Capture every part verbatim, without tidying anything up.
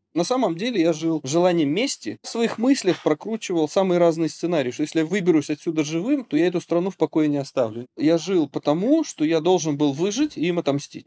На самом деле я жил желанием мести, в своих мыслях прокручивал самые разные сценарии, что если я выберусь отсюда живым, то я эту страну в покое не оставлю. Я жил потому, что я должен был выжить и им отомстить.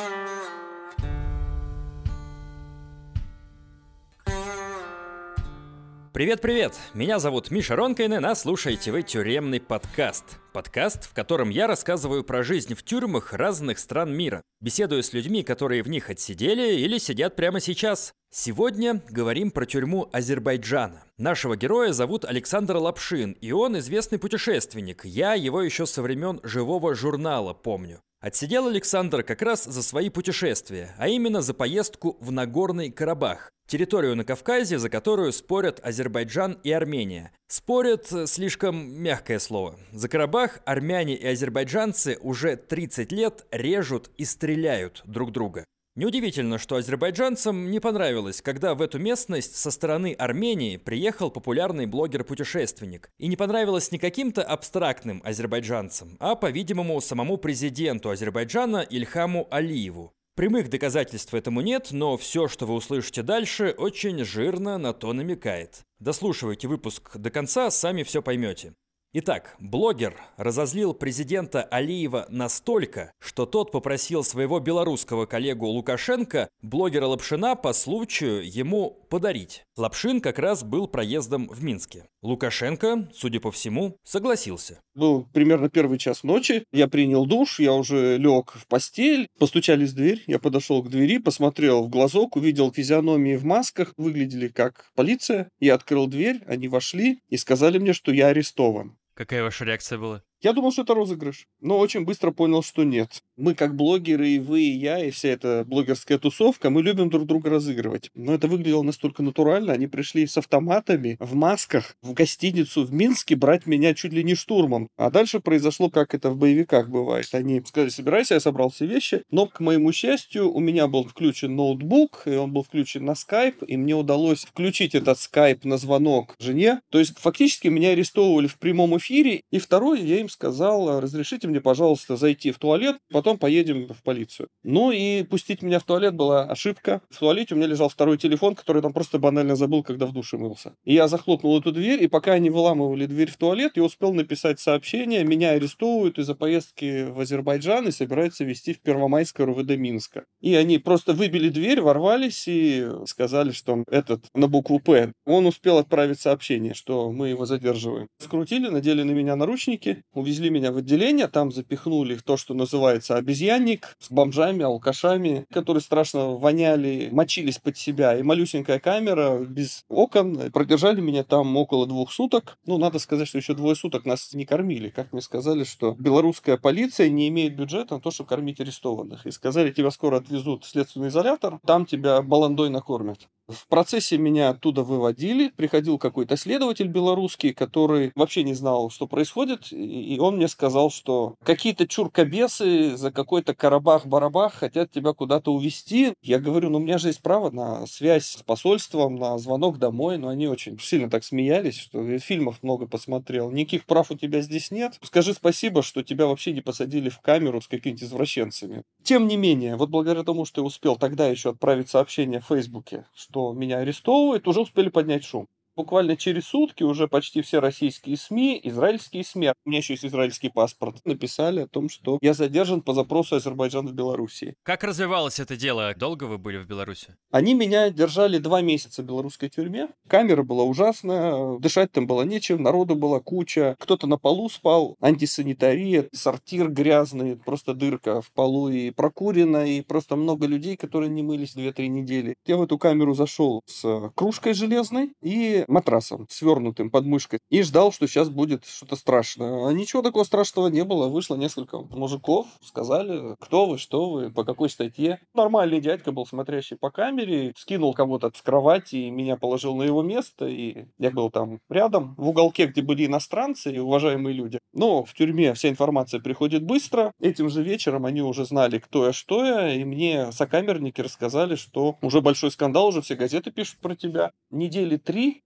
Привет-привет! Меня зовут Миша Ронкайнен, а слушаете вы «Тюремный подкаст». Подкаст, в котором я рассказываю про жизнь в тюрьмах разных стран мира. Беседую с людьми, которые в них отсидели или сидят прямо сейчас. Сегодня говорим про тюрьму Азербайджана. Нашего героя зовут Александр Лапшин, и он известный путешественник. Я его еще со времен «Живого журнала» помню. Отсидел Александр как раз за свои путешествия, а именно за поездку в Нагорный Карабах, территорию на Кавказе, за которую спорят Азербайджан и Армения. Спорят – слишком мягкое слово. За Карабах армяне и азербайджанцы уже тридцать лет режут и стреляют друг друга. Неудивительно, что азербайджанцам не понравилось, когда в эту местность со стороны Армении приехал популярный блогер-путешественник. И не понравилось не каким-то абстрактным азербайджанцам, а, по-видимому, самому президенту Азербайджана Ильхаму Алиеву. Прямых доказательств этому нет, но все, что вы услышите дальше, очень жирно на то намекает. Дослушивайте выпуск до конца, сами все поймете. Итак, блогер разозлил президента Алиева настолько, что тот попросил своего белорусского коллегу Лукашенко блогера Лапшина по случаю ему подарить. Лапшин как раз был проездом в Минске. Лукашенко, судя по всему, согласился. Был примерно первый час ночи, я принял душ, я уже лег в постель, постучались в дверь, я подошел к двери, посмотрел в глазок, увидел физиономии в масках, выглядели как полиция. Я открыл дверь, они вошли и сказали мне, что я арестован. Какая ваша реакция была? Я думал, что это розыгрыш, но очень быстро понял, что нет. Мы как блогеры, и вы, и я, и вся эта блогерская тусовка, мы любим друг друга разыгрывать. Но это выглядело настолько натурально. Они пришли с автоматами, в масках, в гостиницу в Минске брать меня чуть ли не штурмом. А дальше произошло, как это в боевиках бывает. Они сказали, собирайся, я собрал все вещи. Но, к моему счастью, у меня был включен ноутбук, и он был включен на скайп, и мне удалось включить этот скайп на звонок жене. То есть, фактически, меня арестовывали в прямом эфире. И второе, я им сказал, разрешите мне, пожалуйста, зайти в туалет, потом поедем в полицию. Ну и пустить меня в туалет была ошибка. В туалете у меня лежал второй телефон, который я там просто банально забыл, когда в душе мылся. И я захлопнул эту дверь, и пока они выламывали дверь в туалет, я успел написать сообщение, меня арестовывают из-за поездки в Азербайджан и собираются везти в Первомайское РУВД Минска. И они просто выбили дверь, ворвались и сказали, что этот на букву «П». Он успел отправить сообщение, что мы его задерживаем. Скрутили, надели на меня наручники, увезли меня в отделение, там запихнули в то, что называется обезьянник, с бомжами, алкашами, которые страшно воняли, мочились под себя. И малюсенькая камера без окон. Продержали меня там около двух суток. Ну, надо сказать, что еще двое суток нас не кормили. Как мне сказали, что белорусская полиция не имеет бюджета на то, чтобы кормить арестованных. И сказали, тебя скоро отвезут в следственный изолятор, там тебя баландой накормят. В процессе меня оттуда выводили, приходил какой-то следователь белорусский, который вообще не знал, что происходит, и он мне сказал, что какие-то чуркобесы за какой-то Карабах-Барабах хотят тебя куда-то увезти. Я говорю, ну у меня же есть право на связь с посольством, на звонок домой, но они очень сильно так смеялись, что я фильмов много посмотрел. Никаких прав у тебя здесь нет. Скажи спасибо, что тебя вообще не посадили в камеру с какими-то извращенцами. Тем не менее, вот благодаря тому, что я успел тогда еще отправить сообщение в Фейсбуке, что что меня арестовывают, уже успели поднять шум. Буквально через сутки уже почти все российские СМИ, израильские СМИ, у меня еще есть израильский паспорт, написали о том, что я задержан по запросу Азербайджана в Белоруссии. Как развивалось это дело? Долго вы были в Беларуси? Они меня держали два месяца в белорусской тюрьме. Камера была ужасная, дышать там было нечем, народу была куча. Кто-то на полу спал, антисанитария, сортир грязный, просто дырка в полу и прокурено, и просто много людей, которые не мылись две-три недели. Я в эту камеру зашел с кружкой железной и матрасом, свернутым под мышкой, и ждал, что сейчас будет что-то страшное. А ничего такого страшного не было. Вышло несколько мужиков, сказали, кто вы, что вы, по какой статье. Нормальный дядька был, смотрящий по камере, скинул кого-то с кровати и меня положил на его место, и я был там рядом, в уголке, где были иностранцы и уважаемые люди. Но в тюрьме вся информация приходит быстро. Этим же вечером они уже знали, кто я, что я, и мне сокамерники рассказали, что уже большой скандал, уже все газеты пишут про тебя. Недели три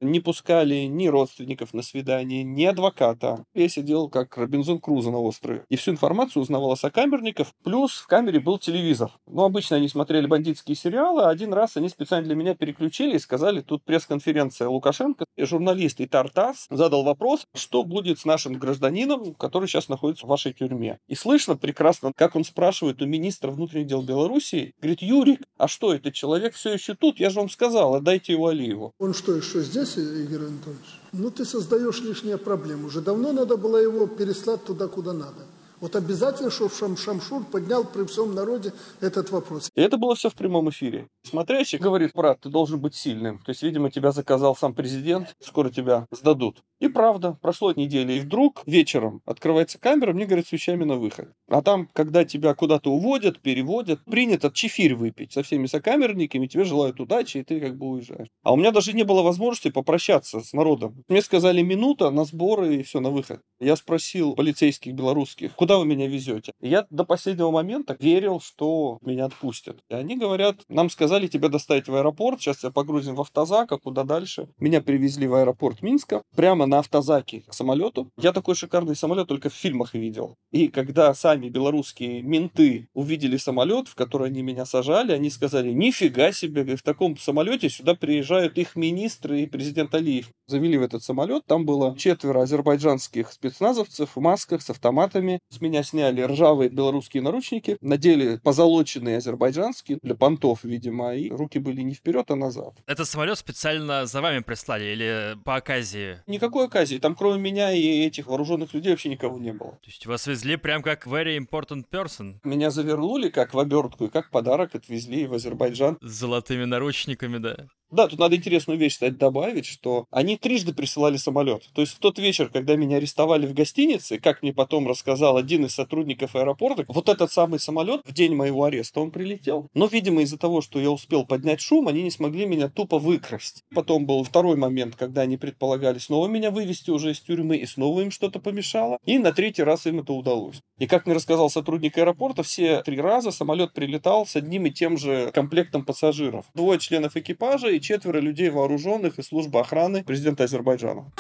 не пускали ни родственников на свидание, ни адвоката. Я сидел как Робинзон Крузо на острове. И всю информацию узнавал о сокамерников. Плюс в камере был телевизор. Ну, обычно они смотрели бандитские сериалы, а один раз они специально для меня переключили и сказали, тут пресс-конференция Лукашенко. И журналист Итар Тасс задал вопрос, что будет с нашим гражданином, который сейчас находится в вашей тюрьме. И слышно прекрасно, как он спрашивает у министра внутренних дел Белоруссии, говорит, Юрик, а что, этот человек все еще тут? Я же вам сказал, отдайте его Алиеву. Он что, еще здесь, Игорь Анатольевич? Ну, ты создаешь лишние проблемы. Уже давно надо было его переслать туда, куда надо. Вот обязательно, чтобы Шам Шамшур поднял при всем народе этот вопрос. И это было все в прямом эфире. Смотрящий говорит, брат, ты должен быть сильным. То есть, видимо, тебя заказал сам президент, скоро тебя сдадут. И правда, прошло неделя, и вдруг вечером открывается камера, мне говорят, с вещами на выход. А там, когда тебя куда-то уводят, переводят, принято чефирь выпить со всеми сокамерниками, тебе желают удачи, и ты как бы уезжаешь. А у меня даже не было возможности попрощаться с народом. Мне сказали минута на сборы, и все, на выход. Я спросил полицейских белорусских, куда вы меня везете? И я до последнего момента верил, что меня отпустят. И они говорят, нам сказали тебя доставить в аэропорт, сейчас тебя погрузим в автозак, а куда дальше? Меня привезли в аэропорт Минска, прямо на автозаке к самолету. Я такой шикарный самолет только в фильмах видел. И когда сами белорусские менты увидели самолет, в который они меня сажали, они сказали, нифига себе, в таком самолете сюда приезжают их министры и президент Алиев. Завели в этот самолет, там было четверо азербайджанских спецназовцев в масках с автоматами. С меня сняли ржавые белорусские наручники, надели позолоченные азербайджанские для понтов, видимо, и руки были не вперед, а назад. Этот самолет специально за вами прислали или по оказии? Никакой оказии. Там кроме меня и этих вооруженных людей вообще никого не было. То есть вас везли прям как very important person? Меня завернули как в обертку и как подарок отвезли в Азербайджан. С золотыми наручниками, да. Да, тут надо интересную вещь, кстати, добавить, что они трижды присылали самолет. То есть в тот вечер, когда меня арестовали в гостинице, как мне потом рассказал один из сотрудников аэропорта, вот этот самый самолет в день моего ареста, он прилетел. Но, видимо, из-за того, что я успел поднять шум, они не смогли меня тупо выкрасть. Потом был второй момент, когда они предполагали снова меня вывести уже из тюрьмы, и снова им что-то помешало. И на третий раз им это удалось. И как мне рассказал сотрудник аэропорта, все три раза самолет прилетал с одним и тем же комплектом пассажиров. Двое членов экипажа и четверо людей вооруженных и служба охраны президента Азербайджана.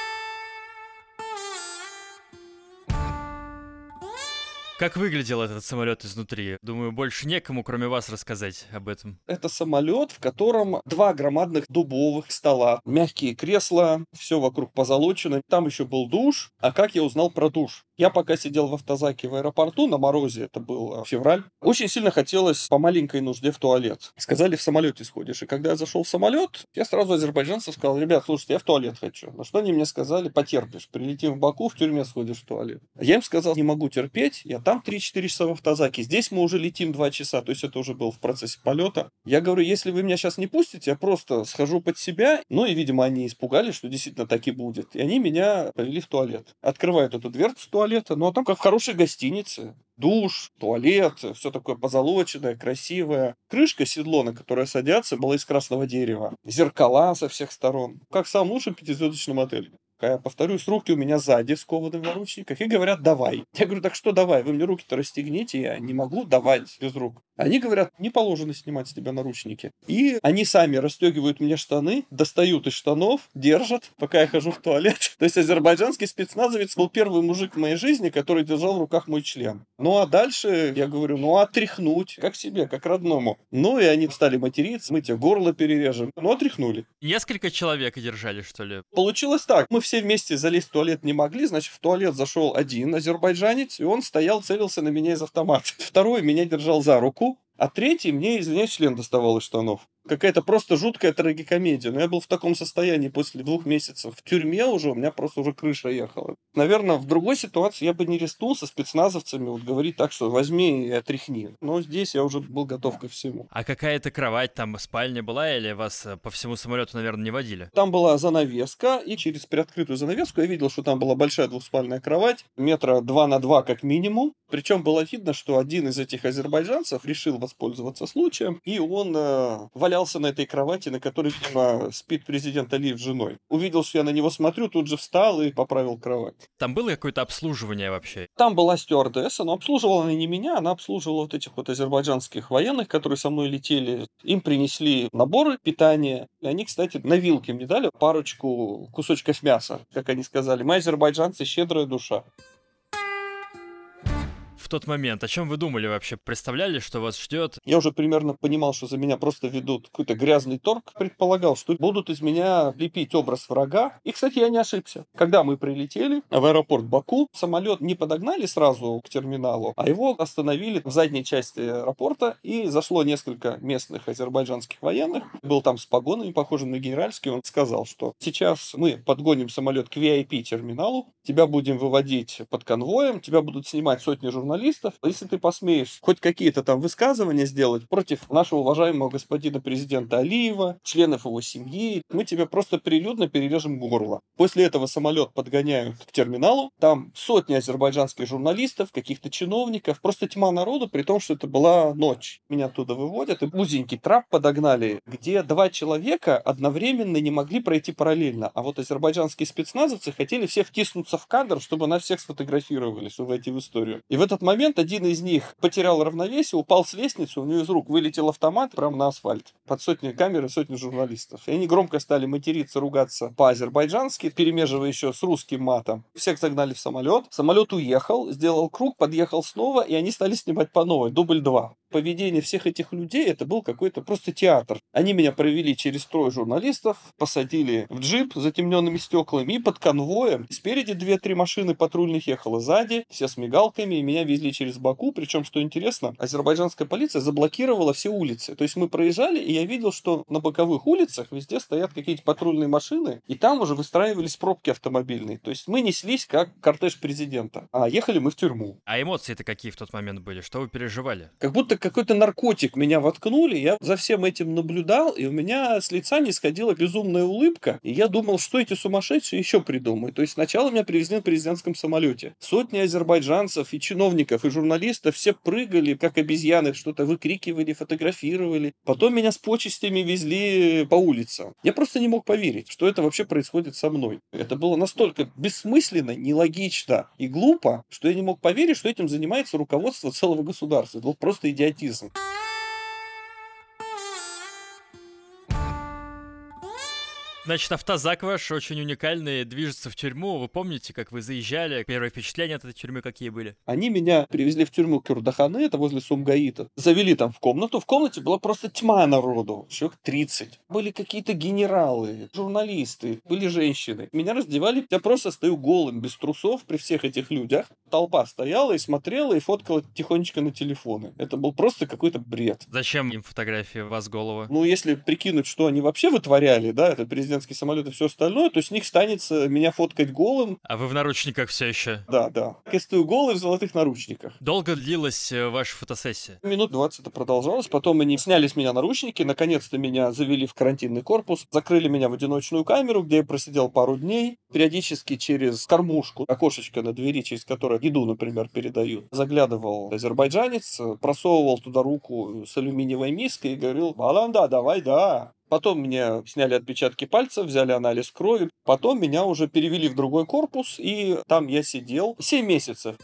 Как выглядел этот самолет изнутри? Думаю, больше некому, кроме вас, рассказать об этом. Это самолет, в котором два громадных дубовых стола, мягкие кресла, все вокруг позолочено. Там еще был душ. А как я узнал про душ? Я пока сидел в автозаке в аэропорту на морозе, это был февраль, очень сильно хотелось по маленькой нужде в туалет. Сказали, в самолете сходишь. И когда я зашел в самолет, я сразу азербайджанцам сказал, ребят, слушайте, я в туалет хочу. На что они мне сказали, потерпишь, прилетим в Баку, в тюрьме сходишь в туалет. Я им сказал, не могу терпеть, я там три-четыре часа в автозаке, здесь мы уже летим два часа, то есть это уже был в процессе полета. Я говорю, если вы меня сейчас не пустите, я просто схожу под себя. Ну и, видимо, они испугались, что действительно так и будет. И они меня повели в туалет. Открывают эту дверцу туалета, ну а там как в хорошей гостинице. Душ, туалет, все такое позолоченное, красивое. Крышка, седло, на которое садятся, была из красного дерева. Зеркала со всех сторон. Как в самом лучшем пятизвездочном отеле. Я повторюсь, руки у меня сзади скованы в наручниках и говорят, давай. Я говорю, так что давай, вы мне руки-то расстегните, я не могу давать без рук. Они говорят, не положено снимать с тебя наручники. И они сами расстегивают мне штаны, достают из штанов, держат, пока я хожу в туалет. То есть азербайджанский спецназовец был первый мужик в моей жизни, который держал в руках мой член. Ну а дальше я говорю, ну отряхнуть, как себе, как родному. Ну и они стали материться, мы тебе горло перережем. Ну отряхнули. Несколько человек держали, что ли? Получилось так, мы все вместе залезть в туалет не могли, значит, в туалет зашел один азербайджанец, и он стоял, целился на меня из автомата. Второй меня держал за руку, а третий мне, извиняюсь, член доставал из штанов. Какая-то просто жуткая трагикомедия. Но я был в таком состоянии после двух месяцев в тюрьме уже, у меня просто уже крыша ехала. Наверное, в другой ситуации я бы не рискнул со спецназовцами вот говорить так, что возьми и отряхни. Но здесь я уже был готов ко всему. А какая-то кровать там, спальня была, или вас по всему самолету, наверное, не водили? Там была занавеска, и через приоткрытую занавеску я видел, что там была большая двухспальная кровать, метра два на два как минимум. Причем было видно, что один из этих азербайджанцев решил воспользоваться случаем, и он э, валял валялся на этой кровати, на которой, видимо, спит президент Алиев с женой. Увидел, что я на него смотрю, тут же встал и поправил кровать. Там было какое-то обслуживание вообще? Там была стюардесса, но обслуживала она не меня, она обслуживала вот этих вот азербайджанских военных, которые со мной летели. Им принесли наборы питания. И они, кстати, на вилке мне дали парочку кусочков мяса, как они сказали. Мы, азербайджанцы, щедрая душа. В тот момент, о чем вы думали вообще? Представляли, что вас ждет? Я уже примерно понимал, что за меня просто ведут какой-то грязный торг. Предполагал, что будут из меня лепить образ врага. И, кстати, я не ошибся. Когда мы прилетели в аэропорт Баку, самолет не подогнали сразу к терминалу, а его остановили в задней части аэропорта, и зашло несколько местных азербайджанских военных. Был там с погонами, похожим на генеральский. Он сказал, что сейчас мы подгоним самолет к ви ай пи-терминалу, тебя будем выводить под конвоем, тебя будут снимать сотни журналистов. Если ты посмеешь хоть какие-то там высказывания сделать против нашего уважаемого господина президента Алиева, членов его семьи, мы тебе просто прилюдно перережем горло. После этого самолет подгоняют к терминалу, там сотни азербайджанских журналистов, каких-то чиновников, просто тьма народу, при том, что это была ночь. Меня оттуда выводят, и узенький трап подогнали, где два человека одновременно не могли пройти параллельно. А вот азербайджанские спецназовцы хотели все втиснуться в кадр, чтобы на всех сфотографировали, чтобы войти в историю. И в этот момент один из них потерял равновесие, упал с лестницы, у него из рук вылетел автомат прямо на асфальт. Под сотни камер и сотни журналистов. И они громко стали материться, ругаться по-азербайджански, перемеживая еще с русским матом. Всех загнали в самолет. Самолет уехал, сделал круг, подъехал снова, и они стали снимать по новой, дубль два. Поведение всех этих людей, это был какой-то просто театр. Они меня провели через трое журналистов, посадили в джип с затемненными стеклами и под конвоем. Спереди две-три машины патрульных ехало, сзади все с мигалками, и меня везли через Баку. Причем, что интересно, азербайджанская полиция заблокировала все улицы. То есть мы проезжали, и я видел, что на боковых улицах везде стоят какие-то патрульные машины, и там уже выстраивались пробки автомобильные. То есть мы неслись как кортеж президента, а ехали мы в тюрьму. А эмоции-то какие в тот момент были? Что вы переживали? Как будто какой-то наркотик меня воткнули, я за всем этим наблюдал, и у меня с лица не сходила безумная улыбка, и я думал, что эти сумасшедшие еще придумают. То есть сначала меня привезли на президентском самолете. Сотни азербайджанцев и чиновников, и журналистов все прыгали, как обезьяны, что-то выкрикивали, фотографировали. Потом меня с почестями везли по улицам. Я просто не мог поверить, что это вообще происходит со мной. Это было настолько бессмысленно, нелогично и глупо, что я не мог поверить, что этим занимается руководство целого государства. Это был просто идиотизм. Значит, автозак ваш очень уникальный, движется в тюрьму. Вы помните, как вы заезжали? Первые впечатления от этой тюрьмы какие были? Они меня привезли в тюрьму Кюрдаханы, это возле Сумгаита. Завели там в комнату. В комнате была просто тьма народу. Человек тридцать. Были какие-то генералы, журналисты, были женщины. Меня раздевали. Я просто стою голым, без трусов при всех этих людях. Толпа стояла и смотрела, и фоткала тихонечко на телефоны. Это был просто какой-то бред. Зачем им фотографии вас голого? Ну, если прикинуть, что они вообще вытворяли, да, это президентский самолет и все остальное, то с них станется меня фоткать голым. А вы в наручниках все еще? Да, да. Я стою голый в золотых наручниках. Долго длилась э, ваша фотосессия? Минут двадцать это продолжалось. Потом они сняли с меня наручники, наконец-то меня завели в карантинный корпус, закрыли меня в одиночную камеру, где я просидел пару дней. Периодически через кормушку, окошечко на двери, через которое еду, например, передают, заглядывал азербайджанец, просовывал туда руку с алюминиевой миской и говорил: «Баланда, давай, да». Потом мне сняли отпечатки пальцев, взяли анализ крови. Потом меня уже перевели в другой корпус, и там я сидел семь месяцев.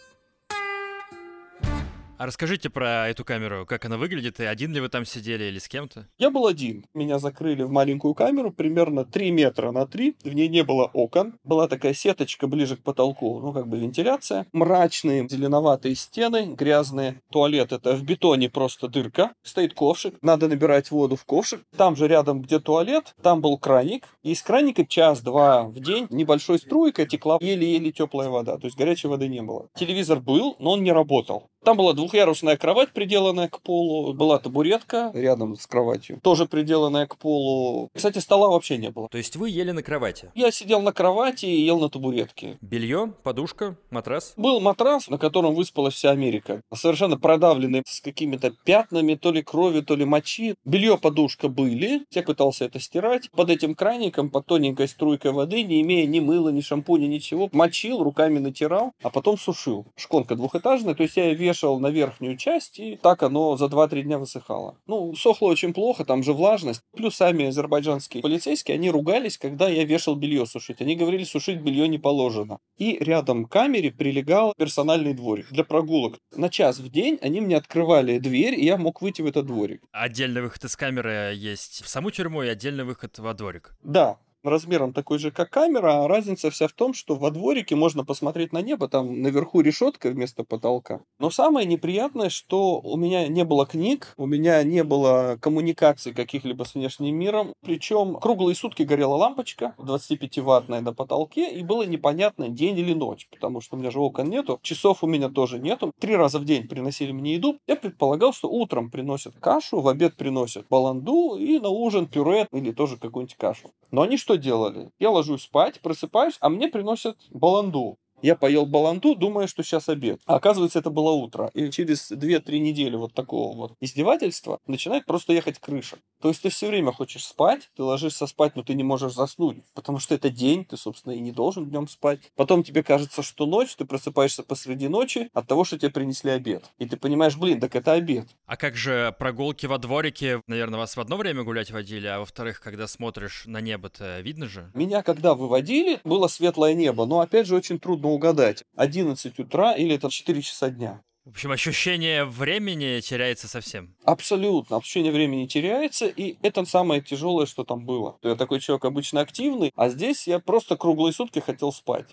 А расскажите про эту камеру, как она выглядит, и один ли вы там сидели или с кем-то? Я был один. Меня закрыли в маленькую камеру, примерно три метра на три. В ней не было окон. Была такая сеточка ближе к потолку, ну как бы вентиляция. Мрачные зеленоватые стены, грязные. Туалет — это в бетоне просто дырка. Стоит ковшик, надо набирать воду в ковшик. Там же рядом, где туалет, там был краник. И из краника час-два в день небольшой струйкой текла еле-еле теплая вода. То есть горячей воды не было. Телевизор был, но он не работал. Там была двухъярусная кровать, приделанная к полу. Была табуретка рядом с кроватью, тоже приделанная к полу. Кстати, стола вообще не было. То есть вы ели на кровати? Я сидел на кровати и ел на табуретке. Белье, подушка, матрас? Был матрас, на котором выспалась вся Америка. Совершенно продавленный, с какими-то пятнами, то ли крови, то ли мочи. Белье, подушка были. Я пытался это стирать. Под этим краником, под тоненькой струйкой воды, не имея ни мыла, ни шампуня, ничего, мочил, руками натирал, а потом сушил. Шконка двухэтажная, то есть я вешал вешал на верхнюю часть, и так оно за два-три дня высыхало. Ну, сохло очень плохо, там же влажность. Плюс сами азербайджанские полицейские, они ругались, когда я вешал белье сушить. Они говорили, сушить белье не положено. И рядом к камере прилегал персональный дворик для прогулок. На час в день они мне открывали дверь, и я мог выйти в этот дворик. Отдельный выход из камеры есть в саму тюрьму и отдельный выход во дворик. Да. Размером такой же, как камера, а разница вся в том, что во дворике можно посмотреть на небо, там наверху решетка вместо потолка. Но самое неприятное, что у меня не было книг, у меня не было коммуникаций каких-либо с внешним миром, причем круглые сутки горела лампочка двадцатипятиваттная на потолке, и было непонятно, день или ночь, потому что у меня же окон нету, часов у меня тоже нету. Три раза в день приносили мне еду. Я предполагал, что утром приносят кашу, в обед приносят баланду и на ужин пюре или тоже какую-нибудь кашу. Но они что делали? Я ложусь спать, просыпаюсь, а мне приносят баланду. Я поел баланду, думая, что сейчас обед. А оказывается, это было утро. И через две-три недели вот такого вот издевательства начинает просто ехать крыша. То есть ты все время хочешь спать, ты ложишься спать, но ты не можешь заснуть, потому что это день, ты, собственно, и не должен днем спать. Потом тебе кажется, что ночь, ты просыпаешься посреди ночи от того, что тебе принесли обед. И ты понимаешь, блин, так это обед. А как же прогулки во дворике? Наверное, вас в одно время гулять водили, а во-вторых, когда смотришь на небо-то, видно же? Меня когда выводили, было светлое небо, но опять же очень трудно угадать, одиннадцать утра или это четыре часа дня. В общем, ощущение времени теряется совсем. Абсолютно. Ощущение времени теряется, и это самое тяжелое, что там было. Я такой человек обычно активный, а здесь я просто круглые сутки хотел спать.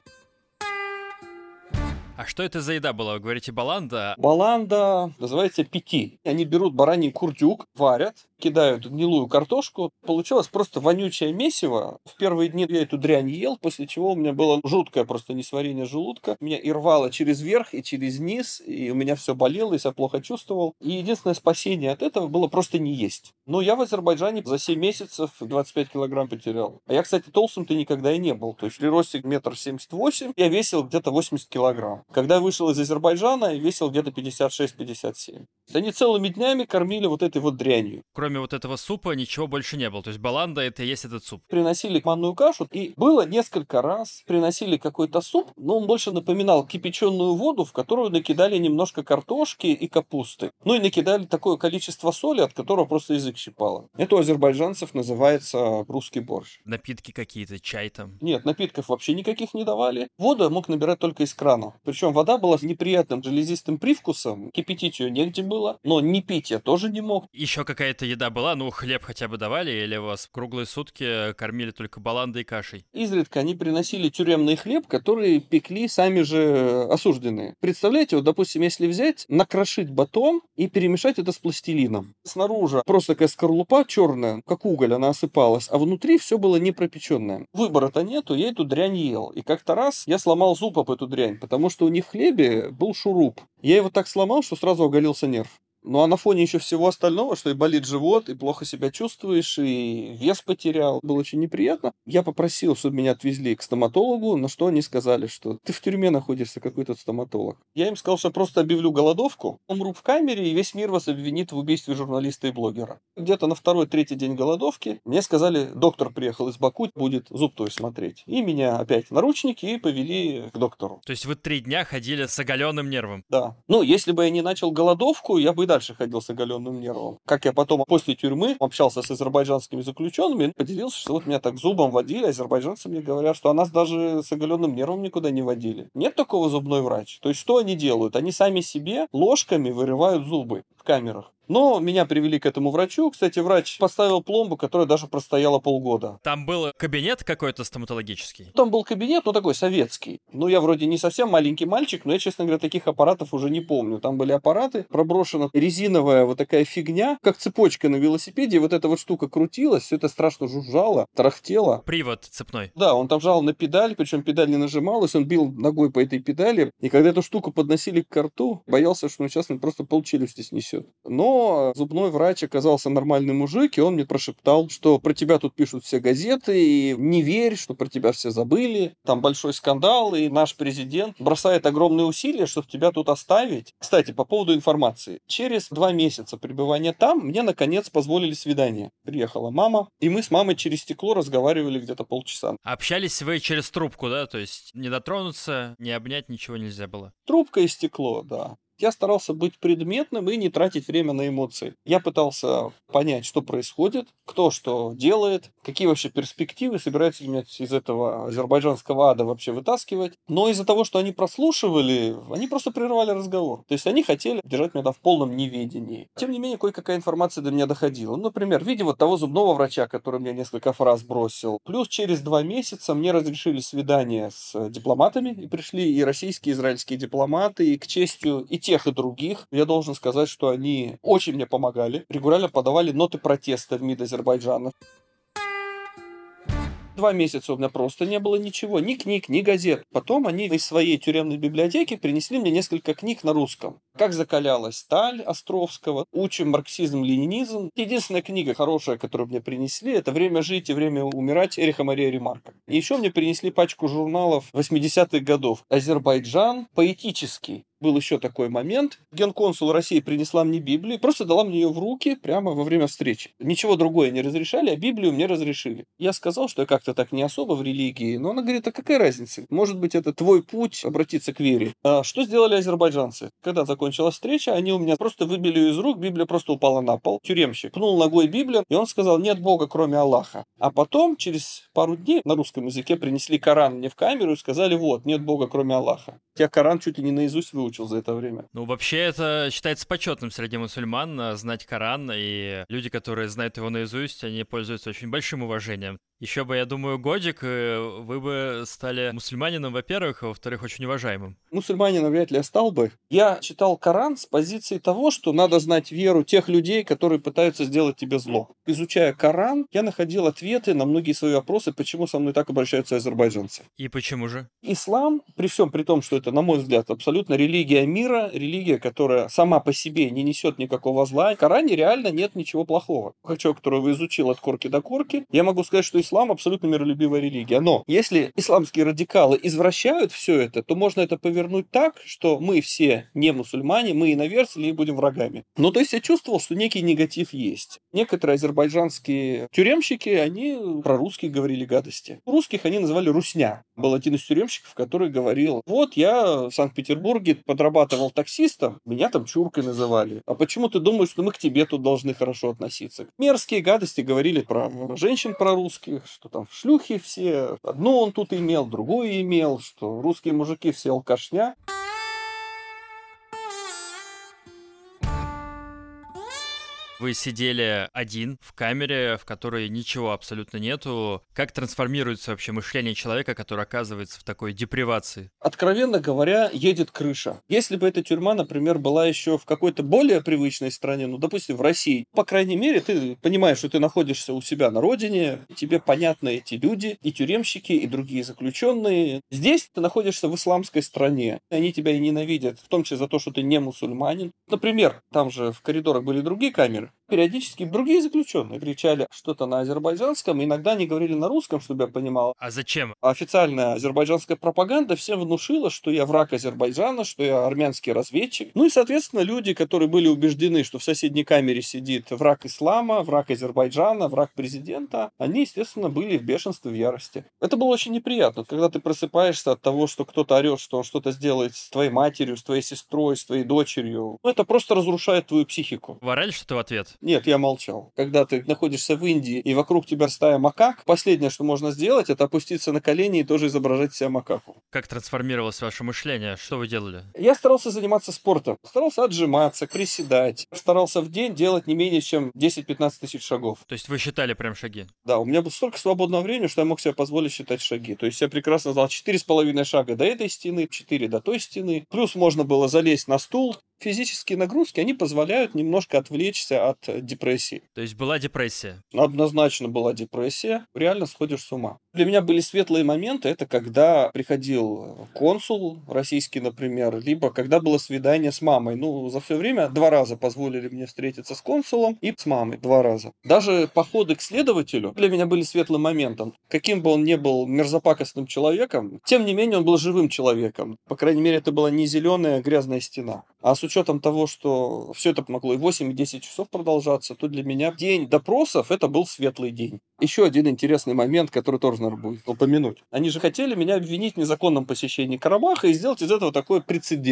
А что это за еда была? Вы говорите, баланда? Баланда называется пяти. Они берут бараний курдюк, варят, кидают гнилую картошку. Получилось просто вонючее месиво. В первые дни я эту дрянь ел, после чего у меня было жуткое просто несварение желудка. Меня и рвало через верх, и через низ, и у меня все болело, и себя плохо чувствовал. И единственное спасение от этого было просто не есть. Но я в Азербайджане за семь месяцев двадцать пять килограмм потерял. А я, кстати, толстым-то никогда и не был. То есть при росте метр семьдесят восемь я весил где-то восемьдесят килограмм. Когда я вышел из Азербайджана, я весил где-то пятьдесят шесть - пятьдесят семь. Они целыми днями кормили вот этой вот дрянью. Кроме вот этого супа ничего больше не было. То есть баланда — это и есть этот суп. Приносили манную кашу, и было несколько раз, приносили какой-то суп, но он больше напоминал кипяченую воду, в которую накидали немножко картошки и капусты. Ну и накидали такое количество соли, от которого просто язык щипало. Это у азербайджанцев называется русский борщ. Напитки какие-то, чай там. Нет, напитков вообще никаких не давали. Воду я мог набирать только из крана. Причем вода была с неприятным железистым привкусом. Кипятить ее негде было, но не пить я тоже не мог. Еще какая-то еда была? Ну, хлеб хотя бы давали? Или вас круглые сутки кормили только баландой и кашей? Изредка они приносили тюремный хлеб, который пекли сами же осужденные. Представляете, вот, допустим, если взять, накрошить батон и перемешать это с пластилином. Снаружи просто такая скорлупа черная, как уголь, она осыпалась, а внутри все было не пропеченное. Выбора-то нету, я эту дрянь ел. И как-то раз я сломал зуб об эту дрянь, потому что у них в хлебе был шуруп. Я его так сломал, что сразу оголился нерв. Ну а на фоне еще всего остального, что и болит живот, и плохо себя чувствуешь, и вес потерял, было очень неприятно. Я попросил, чтобы меня отвезли к стоматологу, на что они сказали, что ты в тюрьме находишься, какой тут стоматолог. Я им сказал, что просто объявлю голодовку, умру в камере, и весь мир вас обвинит в убийстве журналиста и блогера. Где-то на второй-третий день голодовки мне сказали, доктор приехал из Баку, будет зуб твой смотреть. И меня опять в наручники и повели к доктору. То есть вы три дня ходили с оголенным нервом? Да. Ну, если бы я не начал голодовку, я бы дальше ходил с оголенным нервом. Как я потом после тюрьмы общался с азербайджанскими заключенными, поделился, что вот меня так зубом водили, азербайджанцы мне говорят, что а нас даже с оголенным нервом никуда не водили. Нет такого зубной врач. То есть что они делают? Они сами себе ложками вырывают зубы в камерах. Но меня привели к этому врачу. Кстати, врач поставил пломбу, которая даже простояла полгода. Там был кабинет какой-то стоматологический? Там был кабинет, ну такой советский. Ну я вроде не совсем маленький мальчик, но я, честно говоря, таких аппаратов уже не помню. Там были аппараты, проброшена резиновая вот такая фигня, как цепочка на велосипеде. И вот эта вот штука крутилась, все это страшно жужжало, тарахтело. Привод цепной. Да, он там жал на педаль, причем педаль не нажималась, он бил ногой по этой педали. И когда эту штуку подносили к рту, боялся, что ну, сейчас он просто полчелюсти снесет. Но зубной врач оказался нормальный мужик, и он мне прошептал, что про тебя тут пишут все газеты, и не верь, что про тебя все забыли. Там большой скандал, и наш президент бросает огромные усилия, чтобы тебя тут оставить. Кстати, по поводу информации. Через два месяца пребывания там мне, наконец, позволили свидание. Приехала мама, и мы с мамой через стекло разговаривали где-то полчаса. Общались вы через трубку, да? То есть не дотронуться, не обнять, ничего нельзя было? Трубка и стекло, да. Я старался быть предметным и не тратить время на эмоции. Я пытался понять, что происходит, кто что делает, какие вообще перспективы, собираются ли меня из этого азербайджанского ада вообще вытаскивать. Но из-за того, что они прослушивали, они просто прервали разговор. То есть они хотели держать меня там в полном неведении. Тем не менее, кое-какая информация до меня доходила. Ну, например, в виде вот того зубного врача, который мне несколько фраз бросил. Плюс через два месяца мне разрешили свидание с дипломатами, и пришли и российские, и израильские дипломаты, и к честью и тех, и других. Я должен сказать, что они очень мне помогали. Регулярно подавали ноты протеста в МИД Азербайджана. Два месяца у меня просто не было ничего, ни книг, ни газет. Потом они из своей тюремной библиотеки принесли мне несколько книг на русском. «Как закалялась сталь» Островского, «Учим марксизм-ленинизм». Единственная книга хорошая, которую мне принесли, это «Время жить и время умирать» Эриха Мария Ремарка. И еще мне принесли пачку журналов восьмидесятых годов. «Азербайджан поэтический». Был еще такой момент. Генконсул России принесла мне Библию, просто дала мне ее в руки прямо во время встречи. Ничего другое не разрешали, а Библию мне разрешили. Я сказал, что я как-то так не особо в религии, но она говорит, а какая разница? Может быть, это твой путь обратиться к вере. А что сделали азербайджанцы? Когда закончилась встреча, они у меня просто выбили ее из рук, Библия просто упала на пол. Тюремщик пнул ногой Библию, и он сказал, нет Бога, кроме Аллаха. А потом, через пару дней, на русском языке принесли Коран мне в камеру и сказали, вот, нет Бога, кроме Аллаха. Я Коран чуть ли не наизусть выучил за это время. Ну, вообще, это считается почетным среди мусульман знать Коран, и люди, которые знают его наизусть, они пользуются очень большим уважением. Еще бы, я думаю, годик, вы бы стали мусульманином, во-первых, а во-вторых, очень уважаемым. Мусульманином вряд ли я стал бы. Я читал Коран с позиции того, что надо знать веру тех людей, которые пытаются сделать тебе зло. Изучая Коран, я находил ответы на многие свои вопросы, почему со мной так обращаются азербайджанцы. И почему же? Ислам, при всем при том, что это, на мой взгляд, абсолютно религия мира, религия, которая сама по себе не несет никакого зла, в Коране реально нет ничего плохого. Как человек, который изучил от корки до корки, я могу сказать, что ислам абсолютно миролюбивая религия. Но если исламские радикалы извращают все это, то можно это повернуть так, что мы все не мусульмане, мы иноверцы, и будем врагами. Ну, то есть я чувствовал, что некий негатив есть. Некоторые азербайджанские тюремщики, они про русских говорили гадости. Русских они называли русня. Был один из тюремщиков, который говорил, вот я в Санкт-Петербурге подрабатывал таксистом, меня там чуркой называли. А почему ты думаешь, что мы к тебе тут должны хорошо относиться? Мерзкие гадости говорили про женщин, про русских, что там шлюхи все. Одно он тут имел, другое имел, что русские мужики все алкашня. Вы сидели один в камере, в которой ничего абсолютно нету. Как трансформируется вообще мышление человека, который оказывается в такой депривации? Откровенно говоря, едет крыша. Если бы эта тюрьма, например, была еще в какой-то более привычной стране, ну, допустим, в России, по крайней мере, ты понимаешь, что ты находишься у себя на родине, тебе понятны эти люди, и тюремщики, и другие заключенные. Здесь ты находишься в исламской стране. Они тебя и ненавидят, в том числе за то, что ты не мусульманин. Например, там же в коридорах были другие камеры. Периодически другие заключенные кричали что-то на азербайджанском, иногда они говорили на русском, чтобы я понимал. А зачем? Официальная азербайджанская пропаганда всем внушила, что я враг Азербайджана, что я армянский разведчик. Ну и, соответственно, люди, которые были убеждены, что в соседней камере сидит враг ислама, враг Азербайджана, враг президента, они, естественно, были в бешенстве, в ярости. Это было очень неприятно, когда ты просыпаешься от того, что кто-то орет, что он что-то сделает с твоей матерью, с твоей сестрой, с твоей дочерью. Ну, это просто разрушает твою психику. Вы орали что-то в ответ? Нет, я молчал. Когда ты находишься в Индии и вокруг тебя стая макак, последнее, что можно сделать, это опуститься на колени и тоже изображать себя макаку. Как трансформировалось ваше мышление? Что вы делали? Я старался заниматься спортом. Старался отжиматься, приседать. Старался в день делать не менее чем десять-пятнадцать тысяч шагов. То есть вы считали прям шаги? Да, у меня было столько свободного времени, что я мог себе позволить считать шаги. То есть я прекрасно знал четыре с половиной шага до этой стены, четыре до той стены. Плюс можно было залезть на стул. Физические нагрузки, они позволяют немножко отвлечься от депрессии. То есть была депрессия? Однозначно была депрессия. Реально сходишь с ума. Для меня были светлые моменты. Это когда приходил консул российский, например, либо когда было свидание с мамой. Ну, за все время два раза позволили мне встретиться с консулом и с мамой. Два раза. Даже походы к следователю для меня были светлым моментом. Каким бы он ни был мерзопакостным человеком, тем не менее он был живым человеком. По крайней мере, это была не зеленая грязная стена. А с учетом того, что все это могло и восемь, и десять часов продолжаться, то для меня день допросов это был светлый день. Еще один интересный момент, который тоже надо будет упомянуть. Они же хотели меня обвинить в незаконном посещении Карабаха и сделать из этого такой прецедент.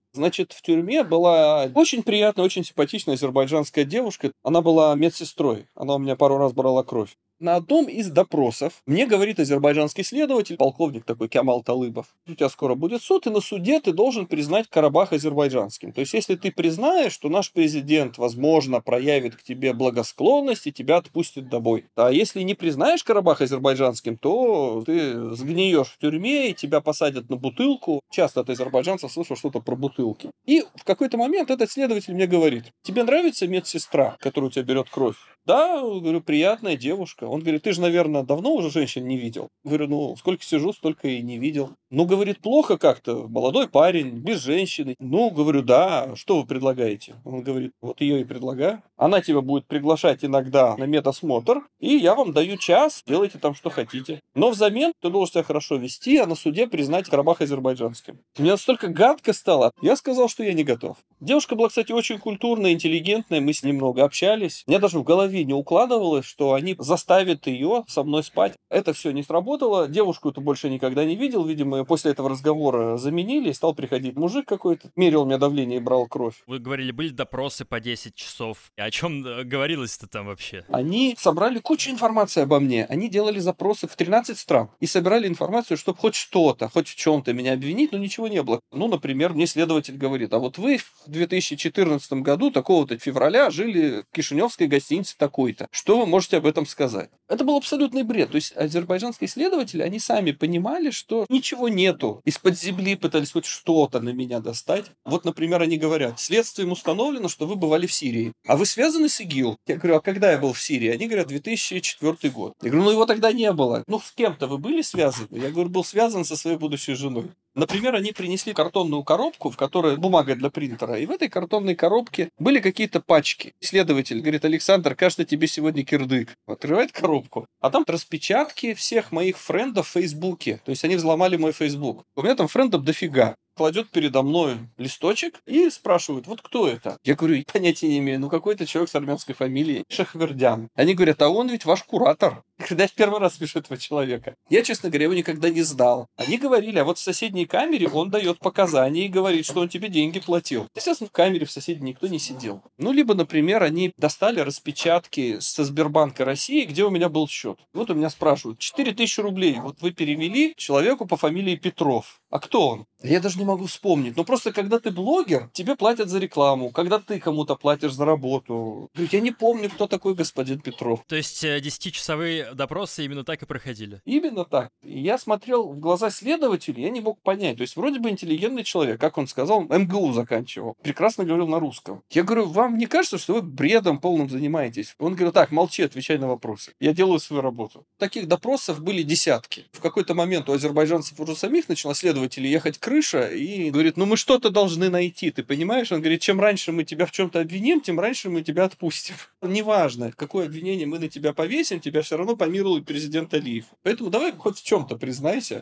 Значит, в тюрьме была очень приятная, очень симпатичная азербайджанская девушка. Она была медсестрой. Она у меня пару раз брала кровь. На одном из допросов мне говорит азербайджанский следователь, полковник такой Кямал Талыбов: у тебя скоро будет суд, и на суде ты должен признать Карабах азербайджанским. То есть, если ты признаешь, то наш президент, возможно, проявит к тебе благосклонность и тебя отпустит домой. А если не признаешь Карабах азербайджанским, то ты сгниешь в тюрьме, и тебя посадят на бутылку. Часто от азербайджанцев слышал что-то про бутылки. И в какой-то момент этот следователь мне говорит: тебе нравится медсестра, которая у тебя берет кровь? Да, говорю, приятная девушка. Он говорит: ты же, наверное, давно уже женщин не видел. Говорю: ну, сколько сижу, столько и не видел. Ну, говорит, плохо как-то. Молодой парень, без женщины. Ну, говорю, да, что вы предлагаете? Он говорит: вот ее и предлагаю. Она тебя будет приглашать иногда на медосмотр, и я вам даю час, делайте там, что хотите. Но взамен ты должен себя хорошо вести, а на суде признать Карабах азербайджанским. Мне настолько гадко стало. Я сказал, что я не готов. Девушка была, кстати, очень культурная, интеллигентная, мы с ней много общались. Мне даже в голове не укладывалось, что они заставят ее со мной спать. Это все не сработало. Девушку-то больше никогда не видел. Видимо, после этого разговора заменили. Стал приходить мужик какой-то, мерил мне давление и брал кровь. Вы говорили, были допросы по десять часов. О чем говорилось-то там вообще? Они собрали кучу информации обо мне. Они делали запросы в тринадцать стран и собирали информацию, чтобы хоть что-то, хоть в чем-то меня обвинить, но ничего не было. Ну, например, мне следователь говорит: а вот вы в две тысячи четырнадцатом году, такого-то февраля, жили в кишиневской гостинице такой-то. Что вы можете об этом сказать? Это был абсолютный бред. То есть азербайджанские следователи, они сами понимали, что ничего нету. Из-под земли пытались хоть что-то на меня достать. Вот, например, они говорят: следствием установлено, что вы бывали в Сирии. А вы связаны с ИГИЛ? Я говорю: а когда я был в Сирии? Они говорят: две тысячи четвёртый год. Я говорю: ну его тогда не было. Ну, с кем-то вы были связаны? Я говорю: был связан со своей будущей женой. Например, они принесли картонную коробку, в которой бумага для принтера, и в этой картонной коробке были какие-то пачки. Следователь говорит: Александр, кажется, тебе сегодня кирдык. Открывает коробку, а там распечатки всех моих френдов в Фейсбуке. То есть они взломали мой Фейсбук. У меня там френдов дофига. Кладет передо мной листочек и спрашивают: вот кто это? Я говорю: понятия не имею. Ну, какой-то человек с армянской фамилией Шахвердян. Они говорят: а он ведь ваш куратор. Когда я в первый раз вижу этого человека. Я, честно говоря, его никогда не знал. Они говорили: а вот в соседней камере он дает показания и говорит, что он тебе деньги платил. Естественно, в камере в соседней никто не сидел. Ну, либо, например, они достали распечатки со Сбербанка России, где у меня был счет. Вот у меня спрашивают: четыре тысячи рублей. Вот вы перевели человеку по фамилии Петров. А кто он? Я даже не могу вспомнить. Но просто когда ты блогер, тебе платят за рекламу. Когда ты кому-то платишь за работу. Я не помню, кто такой господин Петров. То есть десятичасовые допросы именно так и проходили? Именно так. И я смотрел в глаза следователя, я не мог понять. То есть вроде бы интеллигентный человек, как он сказал, эм гэ у заканчивал. Прекрасно говорил на русском. Я говорю: вам не кажется, что вы бредом полным занимаетесь? Он говорит: так, молчи, отвечай на вопросы. Я делаю свою работу. Таких допросов были десятки. В какой-то момент у азербайджанцев уже самих начала следователи ехать крыша и говорит: ну мы что-то должны найти, ты понимаешь? Он говорит: чем раньше мы тебя в чем-то обвиним, тем раньше мы тебя отпустим. Неважно, какое обвинение мы на тебя повесим, тебя все равно помилует президент Алиев. Поэтому давай хоть в чем-то признайся.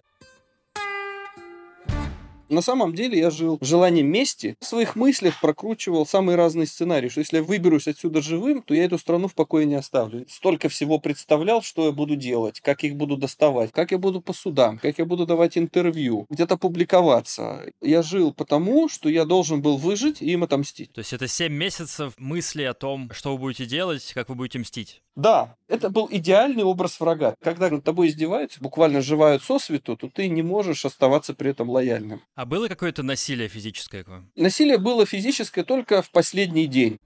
На самом деле я жил желанием мести. В своих мыслях прокручивал самые разные сценарии, что если я выберусь отсюда живым, то я эту страну в покое не оставлю. Столько всего представлял, что я буду делать, как их буду доставать, как я буду по судам, как я буду давать интервью, где-то публиковаться. Я жил потому, что я должен был выжить и им отомстить. То есть это семь месяцев мысли о том, что вы будете делать, как вы будете мстить? Да, это был идеальный образ врага. Когда над тобой издеваются, буквально сживают сосвету, то ты не можешь оставаться при этом лояльным. А было какое-то насилие физическое к вам? Насилие было физическое только в последний день.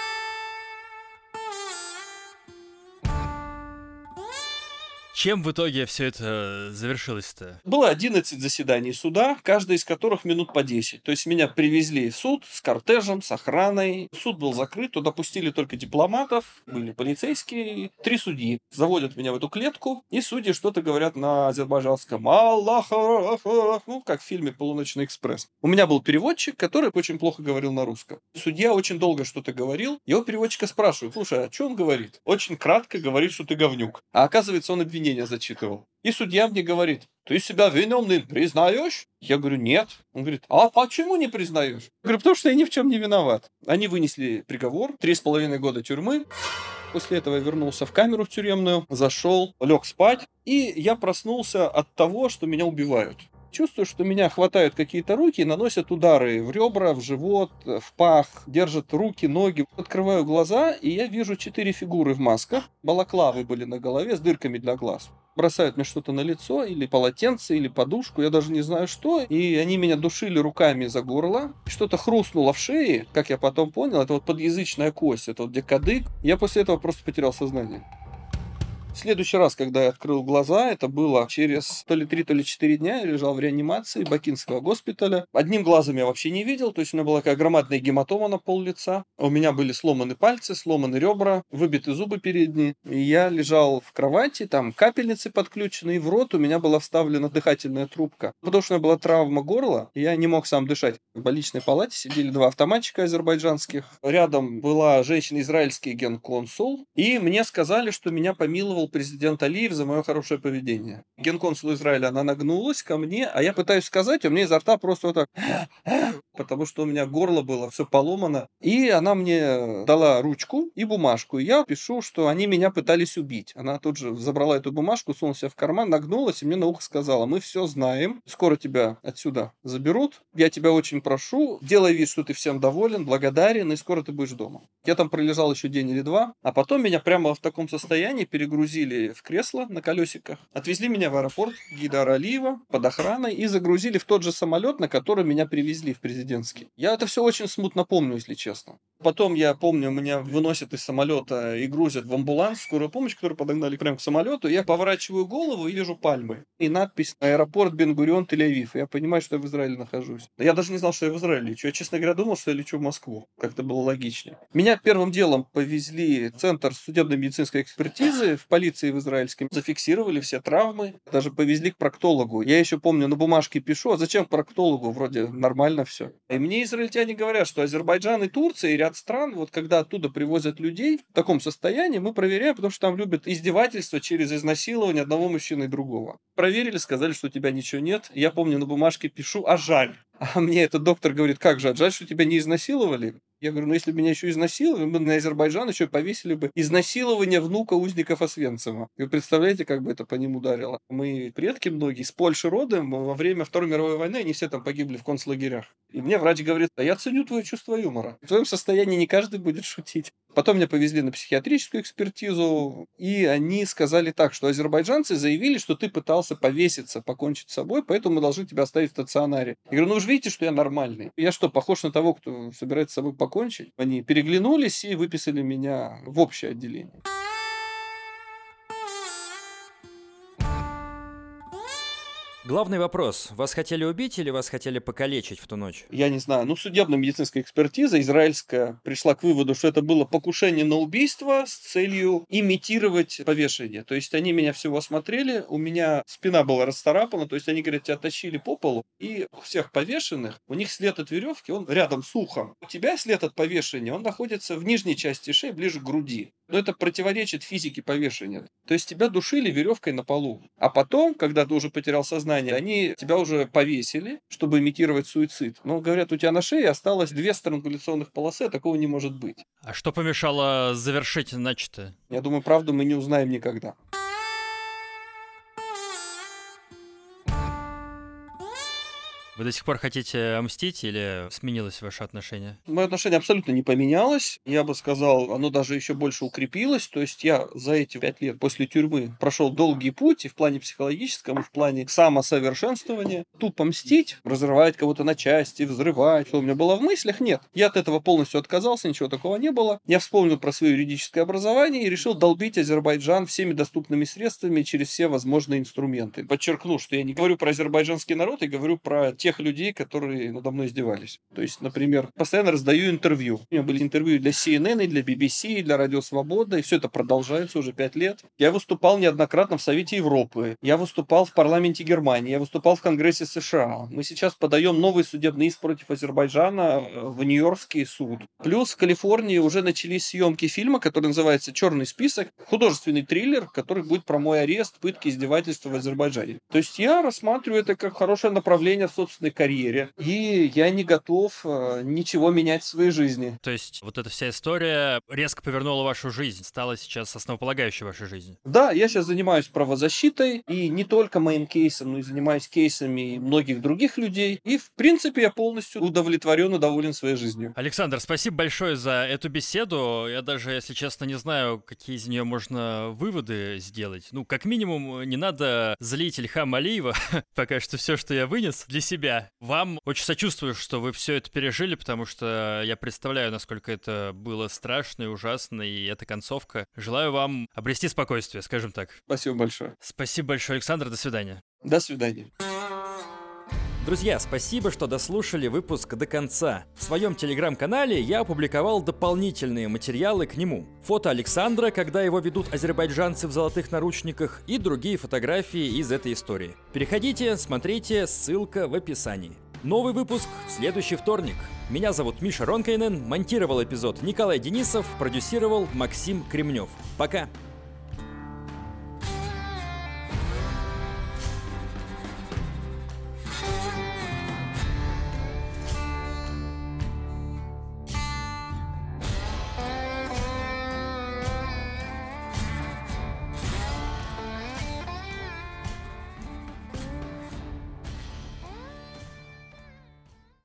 Чем в итоге все это завершилось-то? Было одиннадцать заседаний суда, каждое из которых минут по десять. То есть меня привезли в суд с кортежем, с охраной. Суд был закрыт, туда пустили только дипломатов, были полицейские, три судьи. Заводят меня в эту клетку, и судьи что-то говорят на азербайджанском. Аллах, ну, как в фильме «Полуночный экспресс». У меня был переводчик, который очень плохо говорил на русском. Судья очень долго что-то говорил. Его переводчика спрашивают: слушай, а что он говорит? Очень кратко говорит, что ты говнюк. А оказывается, он обвинение зачитывал. И судья мне говорит: ты себя виновным признаешь? Я говорю: нет. Он говорит: а почему не признаешь? Я говорю: потому что я ни в чем не виноват. Они вынесли приговор, три с половиной года тюрьмы. После этого я вернулся в камеру в тюремную, зашел, лег спать, и я проснулся от того, что меня убивают. Чувствую, что меня хватают какие-то руки и наносят удары в ребра, в живот, в пах, держат руки, ноги. Открываю глаза, и я вижу четыре фигуры в масках. Балаклавы были на голове с дырками для глаз. Бросают мне что-то на лицо, или полотенце, или подушку, я даже не знаю что. И они меня душили руками за горло. Что-то хрустнуло в шее, как я потом понял, это вот подъязычная кость, это вот где кадык. Я после этого просто потерял сознание. В следующий раз, когда я открыл глаза, это было через то ли три, то ли четыре дня, я лежал в реанимации Бакинского госпиталя. Одним глазом я вообще не видел, то есть у меня была такая громадная гематома на пол лица. У меня были сломаны пальцы, сломаны ребра, выбиты зубы передние. И я лежал в кровати, там капельницы подключены, и в рот у меня была вставлена дыхательная трубка. Потому что у меня была травма горла, и я не мог сам дышать. В больничной палате сидели два автоматчика азербайджанских. Рядом была женщина-израильский генконсул, и мне сказали, что меня помиловал президент Алиев за мое хорошее поведение. Генконсул Израиля, она нагнулась ко мне, а я пытаюсь сказать, а у меня изо рта просто вот так, потому что у меня горло было все поломано. И она мне дала ручку и бумажку. И я пишу, что они меня пытались убить. Она тут же забрала эту бумажку, сунула себя в карман, нагнулась и мне на ухо сказала: мы все знаем, скоро тебя отсюда заберут. Я тебя очень прошу, делай вид, что ты всем доволен, благодарен, и скоро ты будешь дома. Я там пролежал еще день или два, а потом меня прямо в таком состоянии перегрузили в кресло на колесиках, отвезли меня в аэропорт Гейдара Алиева под охраной и загрузили в тот же самолет, на который меня привезли в президентский. Я это все очень смутно помню, если честно. Потом я помню, меня выносят из самолета и грузят в амбуланс, скорую помощь, которую подогнали прямо к самолету. Я поворачиваю голову и вижу пальмы. И надпись «Аэропорт Бен-Гурион, Тель-Авив». Я понимаю, что я в Израиле нахожусь. Я даже не знал, что я в Израиле лечу. Я, честно говоря, думал, что я лечу в Москву. Как-то было логичнее. Меня первым делом повезли в Центр судебно-медицинской экспертизы в полиции в израильском. Зафиксировали все травмы. Даже повезли к проктологу. Я еще помню, на бумажке пишу: а зачем к проктологу? Вроде нормально все. И мне израильтяне говорят, что Азербайджан и Турция и ряд стран, вот когда оттуда привозят людей в таком состоянии, мы проверяем, потому что там любят издевательства через изнасилование одного мужчины и другого. Проверили, сказали, что у тебя ничего нет. Я помню, на бумажке пишу: а жаль. А мне этот доктор говорит: как жаль? Жаль, что тебя не изнасиловали? Я говорю: ну если бы меня еще изнасиловали, мы на Азербайджан еще повесили бы изнасилование внука узников Освенцима. Вы представляете, как бы это по ним ударило? Мы предки многие из Польши родом, во время Второй мировой войны они все там погибли в концлагерях. И мне врач говорит: а я ценю твое чувство юмора. В твоем состоянии не каждый будет шутить. Потом меня повезли на психиатрическую экспертизу, и они сказали так, что азербайджанцы заявили, что ты пытался повеситься, покончить с собой, поэтому мы должны тебя оставить в стационаре. Я говорю: ну вы же видите, что я нормальный. Я что, похож на того, кто собирается с собой покончить? Они переглянулись и выписали меня в общее отделение. Главный вопрос. Вас хотели убить или вас хотели покалечить в ту ночь? Я не знаю. Ну, судебно-медицинская экспертиза израильская пришла к выводу, что это было покушение на убийство с целью имитировать повешение. То есть они меня всего осмотрели, у меня спина была расцарапана, то есть они говорят: тебя тащили по полу, и у всех повешенных, у них след от веревки, он рядом с ухом. У тебя след от повешения, он находится в нижней части шеи, ближе к груди. Но это противоречит физике повешения. То есть тебя душили веревкой на полу. А потом, когда ты уже потерял сознание, они тебя уже повесили, чтобы имитировать суицид. Но, говорят, у тебя на шее осталось две странгуляционных полосы, а такого не может быть. А что помешало завершить начатое? Я думаю, правду мы не узнаем никогда. Вы до сих пор хотите мстить или сменилось ваше отношение? Мое отношение абсолютно не поменялось. Я бы сказал, оно даже еще больше укрепилось. То есть я за эти пять лет после тюрьмы прошел долгий путь и в плане психологическом, и в плане самосовершенствования. Тут помстить, разрывать кого-то на части, взрывать, что у меня было в мыслях, нет. Я от этого полностью отказался, ничего такого не было. Я вспомнил про свое юридическое образование и решил долбить Азербайджан всеми доступными средствами через все возможные инструменты. Подчеркну, что я не говорю про азербайджанский народ, я говорю про тех людей, которые надо мной издевались. То есть, например, постоянно раздаю интервью. У меня были интервью для си эн эн, и для би би си, и для Радио Свобода, и все это продолжается уже пять лет. Я выступал неоднократно в Совете Европы, я выступал в парламенте Германии, я выступал в Конгрессе США. Мы сейчас подаем новый судебный иск против Азербайджана в Нью-Йоркский суд. Плюс в Калифорнии уже начались съемки фильма, который называется «Черный список», художественный триллер, который будет про мой арест, пытки, издевательства в Азербайджане. То есть я рассматриваю это как хорошее направление в соцсетях, собственной карьере, и я не готов э, ничего менять в своей жизни. То есть вот эта вся история резко повернула вашу жизнь, стала сейчас основополагающей вашей жизни. Да, я сейчас занимаюсь правозащитой, и не только моим кейсом, но и занимаюсь кейсами многих других людей, и, в принципе, я полностью удовлетворен и доволен своей жизнью. Александр, спасибо большое за эту беседу. Я даже, если честно, не знаю, какие из нее можно выводы сделать. Ну, как минимум, не надо злить Ильхама Алиева. Пока что все, что я вынес для себя. Вам очень сочувствую, что вы все это пережили, потому что я представляю, насколько это было страшно и ужасно, и эта концовка. Желаю вам обрести спокойствие, скажем так. Спасибо большое. Спасибо большое, Александр. До свидания. До свидания. Друзья, спасибо, что дослушали выпуск до конца. В своем телеграм-канале я опубликовал дополнительные материалы к нему. Фото Александра, когда его ведут азербайджанцы в золотых наручниках, и другие фотографии из этой истории. Переходите, смотрите, ссылка в описании. Новый выпуск в следующий вторник. Меня зовут Миша Ронкайнен, монтировал эпизод Николай Денисов, продюсировал Максим Кремнев. Пока!